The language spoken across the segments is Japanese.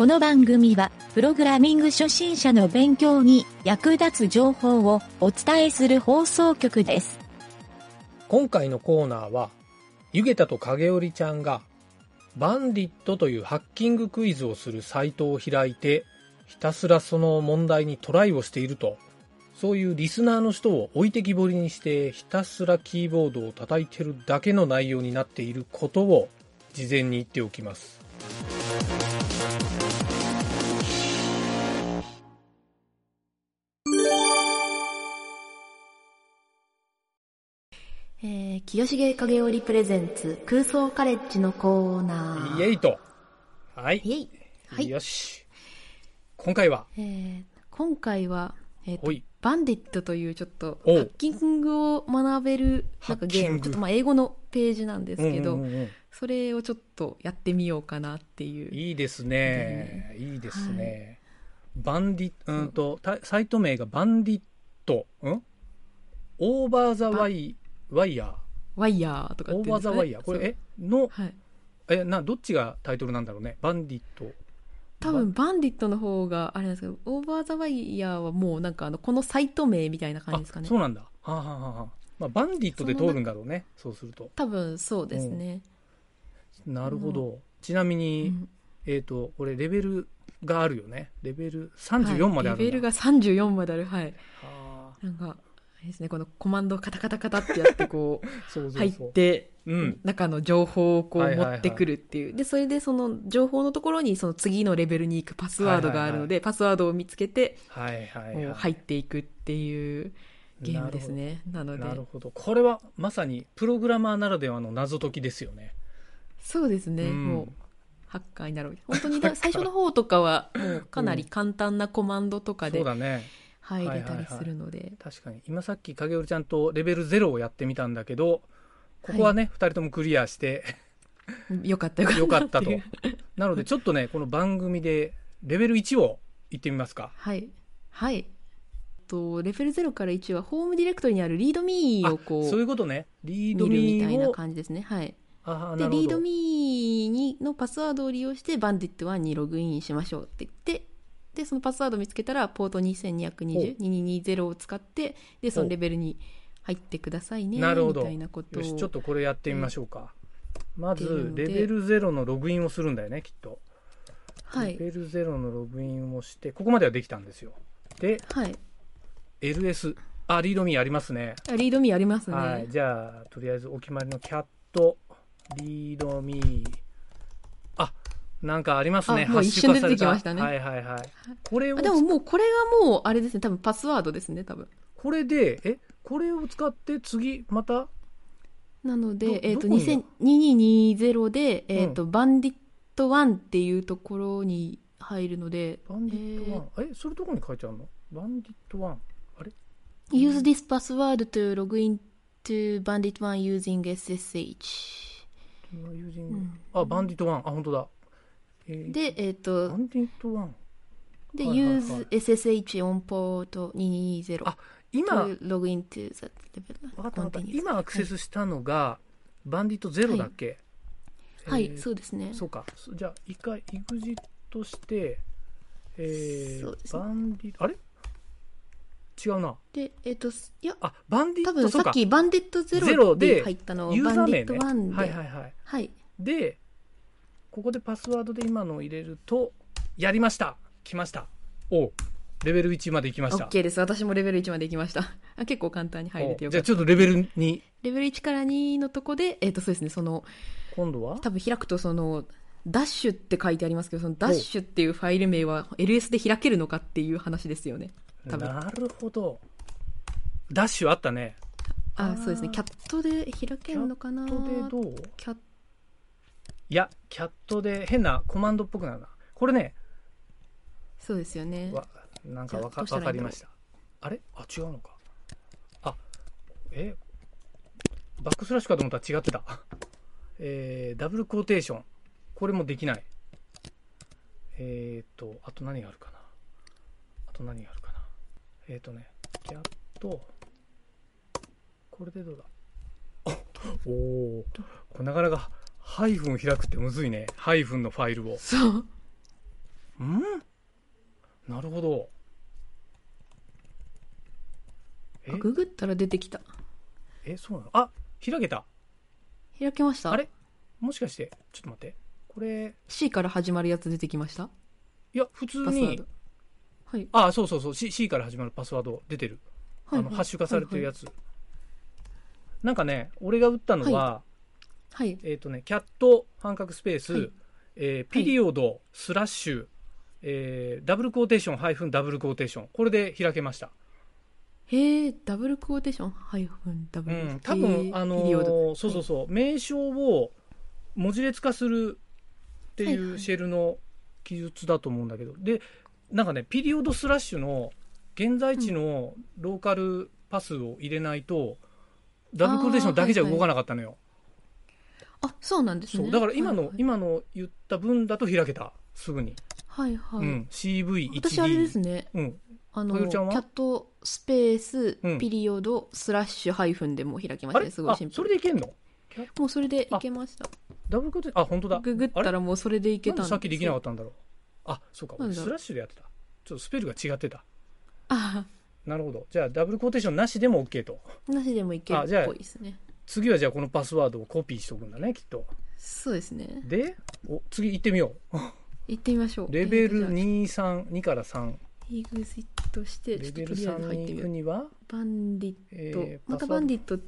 の番組は、プログラミング初心者の勉強に役立つ情報をお伝えする放送局です。 今回のコーナーは、ゆげたと影織ちゃんが、バンディットというハッキングクイズをするサイトを開いて、ひたすらその問題にトライをしていると、そういうリスナーの人を置いてきぼりにして、ひたすらキーボードを叩いてるだけの内容になっていることを、事前に言っておきます。 清重影織プレゼンツ空想カレッジのコーナー。 イエイと。はい。 イエイ。はい。 よし。今回は、 バンディットというちょっとハッキングを学べるなんかゲーム、ちょっと英語のページなんですけど、それをちょっとやってみようかなっていう。 いいですね。いいですね。はい、バンディット、サイト名がバンディット、オーバーザワイヤーとかって、 オーバーザワイヤー、これの、はい、どっちがタイトルなんだろうね。バンディット、 多分バンディットの方があれなんですけど、オーバーザワイヤーはもうなんかこのサイト名みたいな感じですかね。 そうなんだ。ははは。まあ、バンディットで通るんだろうね。そうすると多分そうですね。 なるほど。ちなみに、これレベルがあるよね。レベル34まであるんだ、 レベルが34まである。はい。なんかですね、このコマンドをカタカタカタってやってこう入って中の情報をこう持ってくるっていう、でそれでその情報のところにその次のレベルに行くパスワードがあるので、パスワードを見つけて入っていくっていうゲームですね。なるほど。これはまさにプログラマーならではの謎解きですよね。 そうですね。もうハッカーになる。本当に最初の方とかはもうかなり簡単なコマンドとかで、 そうだね、 入れたりするので、 確かに今さっき影織ちゃんとレベル0をやってみたんだけど、ここはね、2人ともクリアしてよかったとなのでちょっとね、この番組でレベル1をいってみますか。 はいはい。レベル0から1はホームディレクトリにあるリードミーをこう、 そういうことね、リードミーミみたいな感じですね。はい。でリードミーのパスワードを利用してバンディット1にログインしましょうって言って、でそのパスワードを見つけたらポート2220を使って、でそのレベルに入ってくださいねみたいなことを。 よし、ちょっとこれやってみましょうか。まずレベル0のログインをするんだよね、きっと。はい、レベル0のログインをして、ここまではできたんですよ。で、はい、LS リードミーありますね。 リードミーありますね。 はい、じゃあとりあえずお決まりのキャットリードミー、なんかありますね。 もう一瞬で出てきましたね。 はいはいはい。これをでももうこれがもうあれですね。多分パスワードですね。多分。 これでこれを使って次また。 なので2220でバンディット1っていうところに入るので。 バンディット1、それどこに書いてあるの？バンディット1、あれ ？Use this password to log in to Bandit 1 using SSH。 バンディット1、本当だ。 で、 バンディット1 で、use SSH on port 220。 今、 log into that level。 今アクセスしたのが、バンディット0だっけ？ はい、そうですね。 そうか。じゃあ、一回、エグジットして、バンディット、あれ？違うな。 で、いや、 バンディット、 多分さっきバンディット0で入ったのをバンディット1で。 はい。で、ここでパスワードで今のを入れると、やりました。来ました。レベル1まで行きました。 OK です。私もレベル1まで行きました。結構簡単に入れてよかった。 じゃあちょっとレベル2。 レベル1から2のとこで、そうですね、 今度は多分開くとダッシュって書いてありますけど、そのダッシュっていうファイル名は LS で開けるのかっていう話ですよね。多分。 なるほど。ダッシュあったね。 そうですね。キャットで開けるのかな。 キャットでどう？いや、キャットで変なコマンドっぽくなるな。これね。 そうですよね。 なんかわかりました。あれ？違うのか。バックスラッシュかと思ったら違ってた。ダブルコーテーション。これもできない。あと何があるかな。キャット。これでどうだ？これなかなかハイフン開くってむずいね。ハイフンのファイルを。 そう。 なるほど。 ググったら出てきた。 そうなの？あ、開けた。 開けました。 あれもしかして、ちょっと待って。これ。 C から始まるやつ出てきました？ いや、普通に。はい。そう。C から始まるパスワード出てる。ハッシュ化されてるやつ。なんかね、俺が打ったのは、キャット半角スペース、ピリオドスラッシュ、ダブルクォーテーションハイフンダブルクォーテーション。これで開けました。 へえ、ダブルクォーテーションハイフンダブル、 多分そう名称を文字列化するっていうシェルの記述だと思うんだけど、でなんかねピリオドスラッシュの現在地のローカルパスを入れないと、ダブルクォーテーションだけじゃ動かなかったのよ。 そうなんですね。 そうだから今の言った分だと開けた、すぐに。CV1D。 私あれですね。キャットスペースピリオドスラッシュハイフンでも開きましたね。すごいシンプル。 それでいけんの？ もうそれでいけました。 ダブルクォーテーション、本当だ。 ググったらもうそれでいけたんです。 さっきできなかったんだろう。そうか、スラッシュでやってた。ちょっとスペルが違ってた。なるほど。じゃあダブルクォーテーションなしでも OK と。 なしでもいけるっぽいですね。 次はじゃあこのパスワードをコピーしとくんだね、きっと。 そうですね。 で、次行ってみよう。 行ってみましょう。 レベル2から3。 エグジットして、 レベル3に行くにはバンディット、またバンディット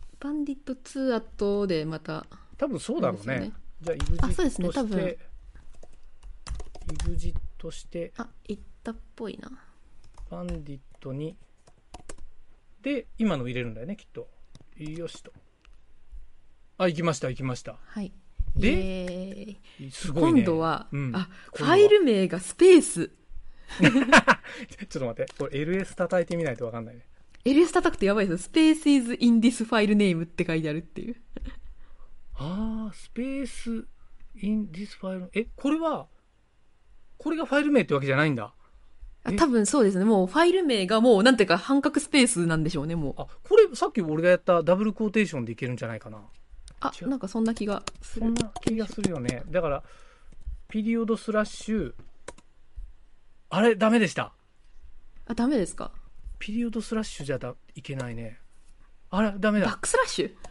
2後でまた。 多分そうだろうね。じゃあエグジットして、 そうですね、多分。 エグジットして、 行ったっぽいな。 バンディットに、で、今の入れるんだよね、きっと。よしと。行きました。 はい。 すごいね。 今度は、ファイル名がスペース。 ちょっと待って。これ LS 叩いてみないと分かんないね。 LS 叩くとやばいですよ。Space is in this file name って書いてあるっていう。 スペース in this file。これがファイル名ってわけじゃないんだ。 多分そうですね。もうファイル名がもうなんていうか半角スペースなんでしょうね、もう。 これさっき俺がやったダブルクォーテーションでいけるんじゃないかな。 なんかそんな気がする。 そんな気がするよね。だから、ピリオドスラッシュ、ダメでした。 ダメですか？ ピリオドスラッシュじゃいけないね。ダメだ。 バックスラッシュ？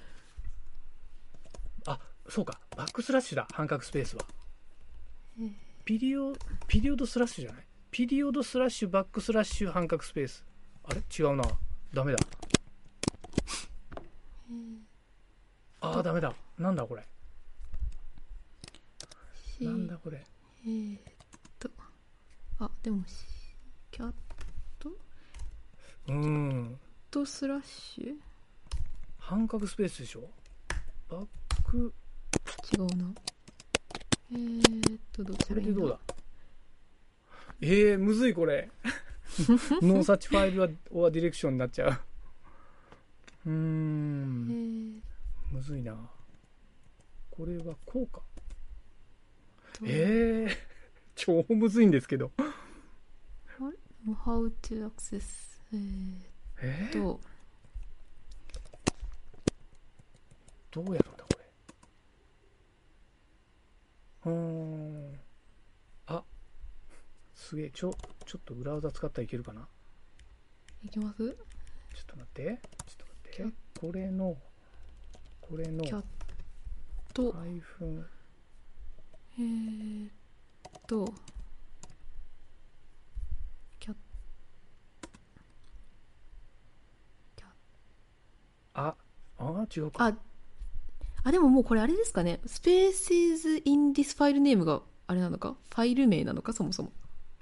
そうか。バックスラッシュだ。半角スペースは。ピリオドスラッシュじゃない？ピリオドスラッシュ、バックスラッシュ、半角スペース。違うな。ダメだ。ダメだ。なんだこれ。なんだこれ。 でも、キャットスラッシュ半角スペースでしょ。バック。 違うな。どっちこれでどうだ。むずいこれ。ノーサッチファイルはディレクションになっちゃう。むずいな。これはこうか。超むずいんですけど。 How to access どうやるんだこれ。すげえ。ちょっとブラウザ使ったらいけるかな。 いけます？ ちょっと待って。これのキャットハイフンキャ違うか。 でももうこれあれですかね。Spaces in this file name があれなのか、ファイル名なのか、そもそも。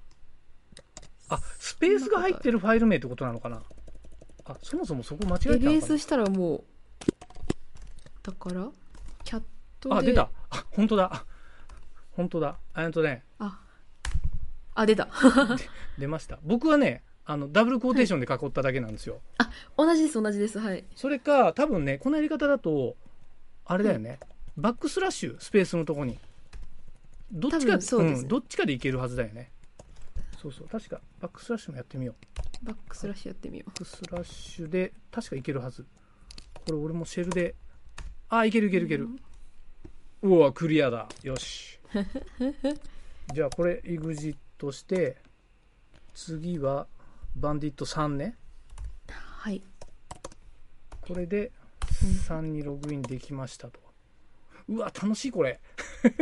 スペースが入ってるファイル名ってことなのかな。そもそもそこ間違えたのかな。 LS したらもう、だから、キャットで。 出た。本当だ。ね。 出た。 出ました。僕はね、ダブルクォーテーションで囲っただけなんですよ。 同じです。はい。 それか、多分ね、このやり方だと、あれだよね。バックスラッシュ、スペースのとこに。どっちか、どっちかでいけるはずだよね。そう確かバックスラッシュもやってみよう。 バックスラッシュやってみよう。 バックスラッシュで確かいけるはず。これ俺もシェルでいける。うわクリアだ。よし。じゃあこれ EXIT として、次はバンディット3ね。 はい。 これで3にログインできましたと。うわ楽しいこれ。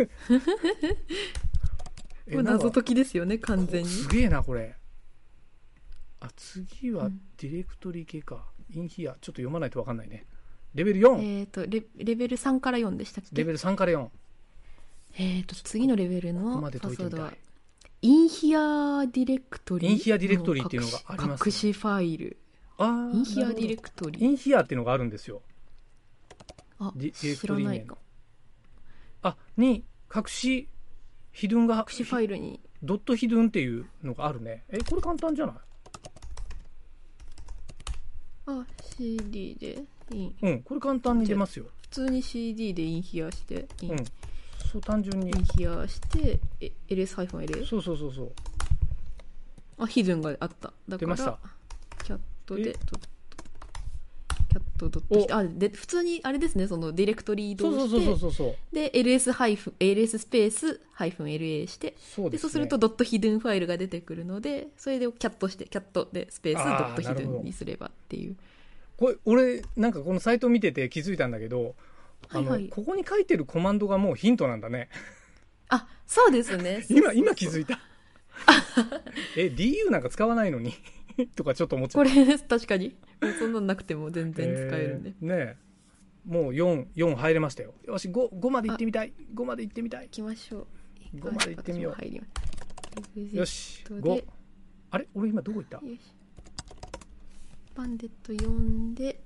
これ謎解きですよね、完全に。 すげえなこれ。あ、次はディレクトリ系か。インヒアちょっと読まないと分かんないね。レベル4。 レベル3から4でしたっけ？ レベル3から4。 次のレベルのパスワードはインヒアディレクトリー。 インヒアディレクトリーっていうのがあります。 隠しファイル。インヒアディレクトリー。 インヒアっていうのがあるんですよ。 あ、知らないか。 に隠しヒドゥンが隠しファイルにドットヒドゥンっていうのがあるね。これ簡単じゃない？ CD でこれ簡単に出ますよ。 普通に CD でインヒアしてそう単純にインヒアして ls-la そうヒドゥンがあった。だから出ました。 キャットでキャットドットで普通にあれですね、そのディレクトリ移動してで ls スペース-la してそうするとドットヒドゥンファイルが出てくるので、それでキャットしてキャットでスペースドットヒドゥンにすればっていう。 これ俺なんかこのサイト見てて気づいたんだけど、ここに書いてるコマンドがもうヒントなんだね。 そうですね。 今気づいた。DU なんか使わないのにとかちょっと思っちゃった。 これ確かにもうそんなのなくても全然使えるんで、 ねもう4入れましたよ。よし 5まで行ってみたい。5まで行ってみたい。 行きましょう。 5まで行ってみよう。よし5。あれ俺今どこ行った？よしバンデット4で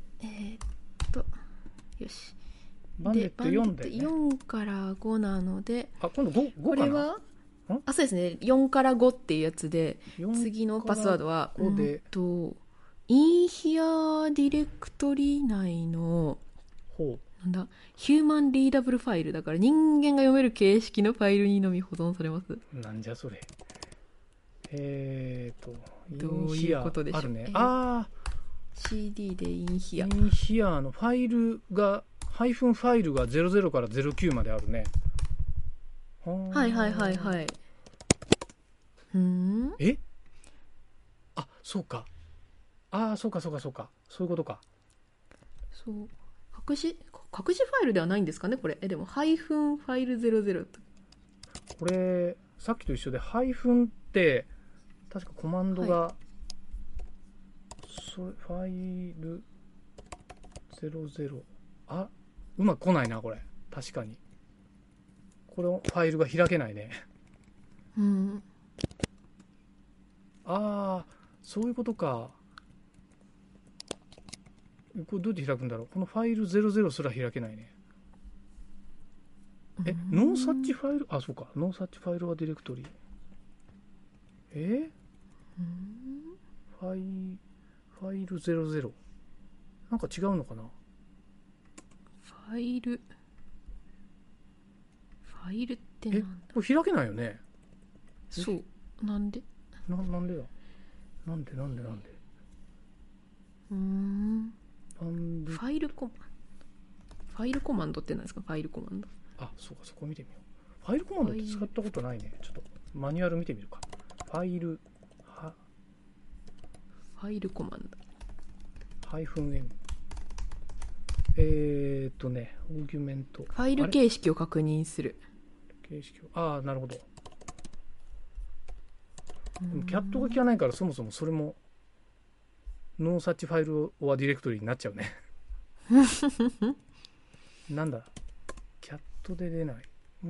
よしバンデット4で、ね、 4から5なので今度 5かな。 これはそうですね、4から5っていうやつで、次のパスワードはインヒアディレクトリ内のヒューマンリーダブルファイルだから人間が読める形式のファイルにのみ保存されます。 なんじゃそれ。 どういうことでしょう。 あるね。 CD でインヒアのファイルがハイフンファイルが00から09まであるね。 はいそうか。そうかそういうことか。 そう隠しファイルではないんですかねこれ。でもハイフンファイル00とこれさっきと一緒でハイフンって確かコマンドが、それファイル00うまく来ないなこれ。確かにこれファイルが開けないね。そういうことか。これどうやって開くんだろう。このファイル00すら開けないね。ノーサッチファイルそうかノーサッチファイルはディレクトリファイル00なんか違うのかな。 ファイルってなんだ。 これ開けないよね。 そうなんでなんでだ。なんでファイルコマンドって何ですか。ファイルコマンド。 そうかそこ見てみよう。ファイルコマンドって使ったことないね。ちょっとマニュアル見てみるか。ファイルコマンドハイフン Mオーギュメントファイル形式を確認する形式をなるほど。でもキャットが効かないからそもそもそれもノーサッチファイルはディレクトリになっちゃうね。なんだキャットで出ない。ちょ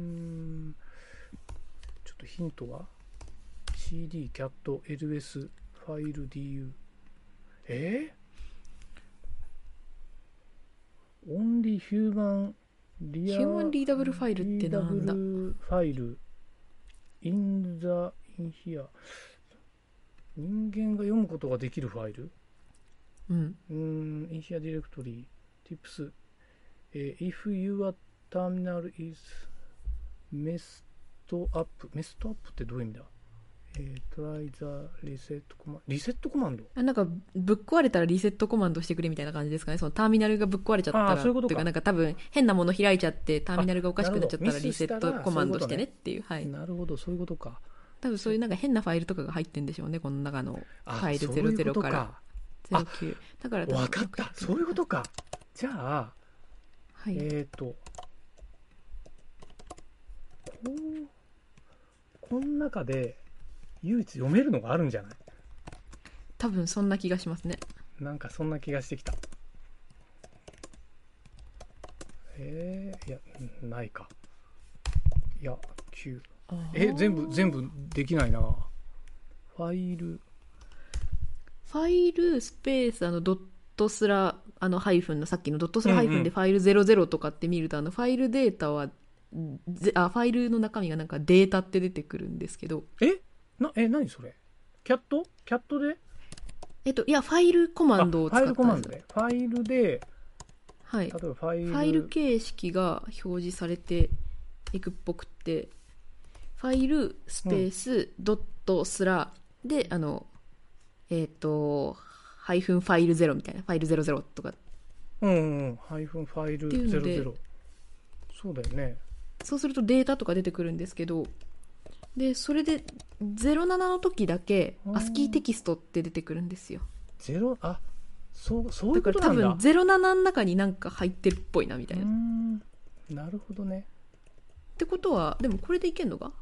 っとヒントは CD キャット LS ファイル DU オンリーヒューマンリーダブルファイルってなんだ。 ファイル in the in here 人間が読むことができるファイル。in here directory tips if your terminal is messed up ってどういう意味だ。try the reset command リセットコマンド。 なんかぶっ壊れたらリセットコマンドしてくれみたいな感じですかね。そのターミナルがぶっ壊れちゃったらそういうことか。 というかなんか多分変なもの開いちゃってターミナルがおかしくなっちゃったらリセットコマンドしてねっていう。 なるほどそういうことか。 多分そういうなんか変なファイルとかが入ってるんでしょうね、この中のファイル00から09。だから分かった、そういうことか。じゃあ、 はい、 この中で唯一読めるのがあるんじゃない？ 多分そんな気がしますね。 なんかそんな気がしてきた。いや、ないか。いや、9。全部できないな。ファイルスペースドットスラハイフンのさっきのドットスラハイフンでファイル00とかって見ると、ファイルデータはファイルの中身がなんかデータって出てくるんですけど、 何それ？キャットで？ いや、ファイルコマンドを使ったんです。 ファイルコマンドで。ファイルで、 はい。 例えばファイル形式が表示されていくっぽくて、ファイルスペースドットスラで、ハイフンファイル0みたいな、ファイル00とか。 ハイフンファイル00。そうだよね。 そうするとデータとか出てくるんですけど、でそれで07の時だけアスキーテキストって出てくるんですよ。 そういうことなんだ。 だから多分07の中になんか入ってるっぽいなみたいな。 なるほどね。 ってことはでもこれでいけんのか。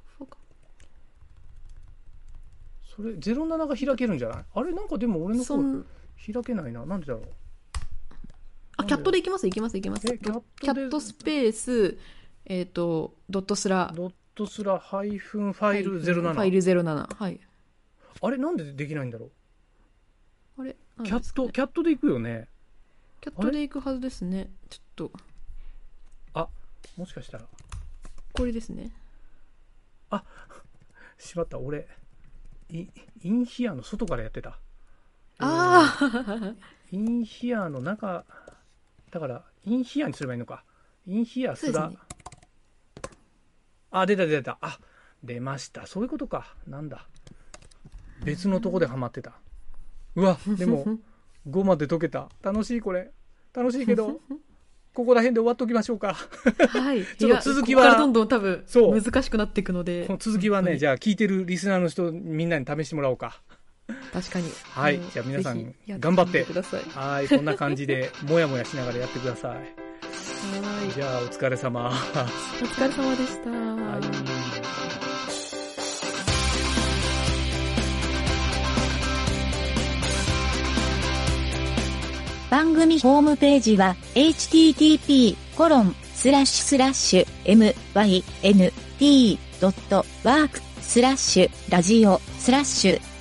それ07が開けるんじゃない？あれなんかでも俺の方開けないな。なんでだろう。 キャットでいきます。キャットスペースドットスラハイフンファイル07。 ファイル07。はい。 あれなんでできないんだろう。 あれキャットでいくよね。 キャットでいくはずですね。ちょっと。 もしかしたら。 これですね。 しまった。俺インヒアの外からやってた。インヒアの中だからインヒアにすればいいのか。インヒアすら、ね、出た。出ました。そういうことか。なんだ。別のとこでハマってた。うわ、でも5まで解けた。楽しい、これ。楽しいけどここら辺で終わっときましょうか。 はい。 ちょっと続きはここからどんどん多分難しくなっていくので、 この続きはね、じゃあ聞いてるリスナーの人みんなに試してもらおうか。 確かに。 はい。じゃあ皆さん頑張ってはい、こんな感じでもやもやしながらやってください。はい。じゃあお疲れ様。 お疲れ様でした。はい。 番組ホームページは http://myn.t.work/ラジオ/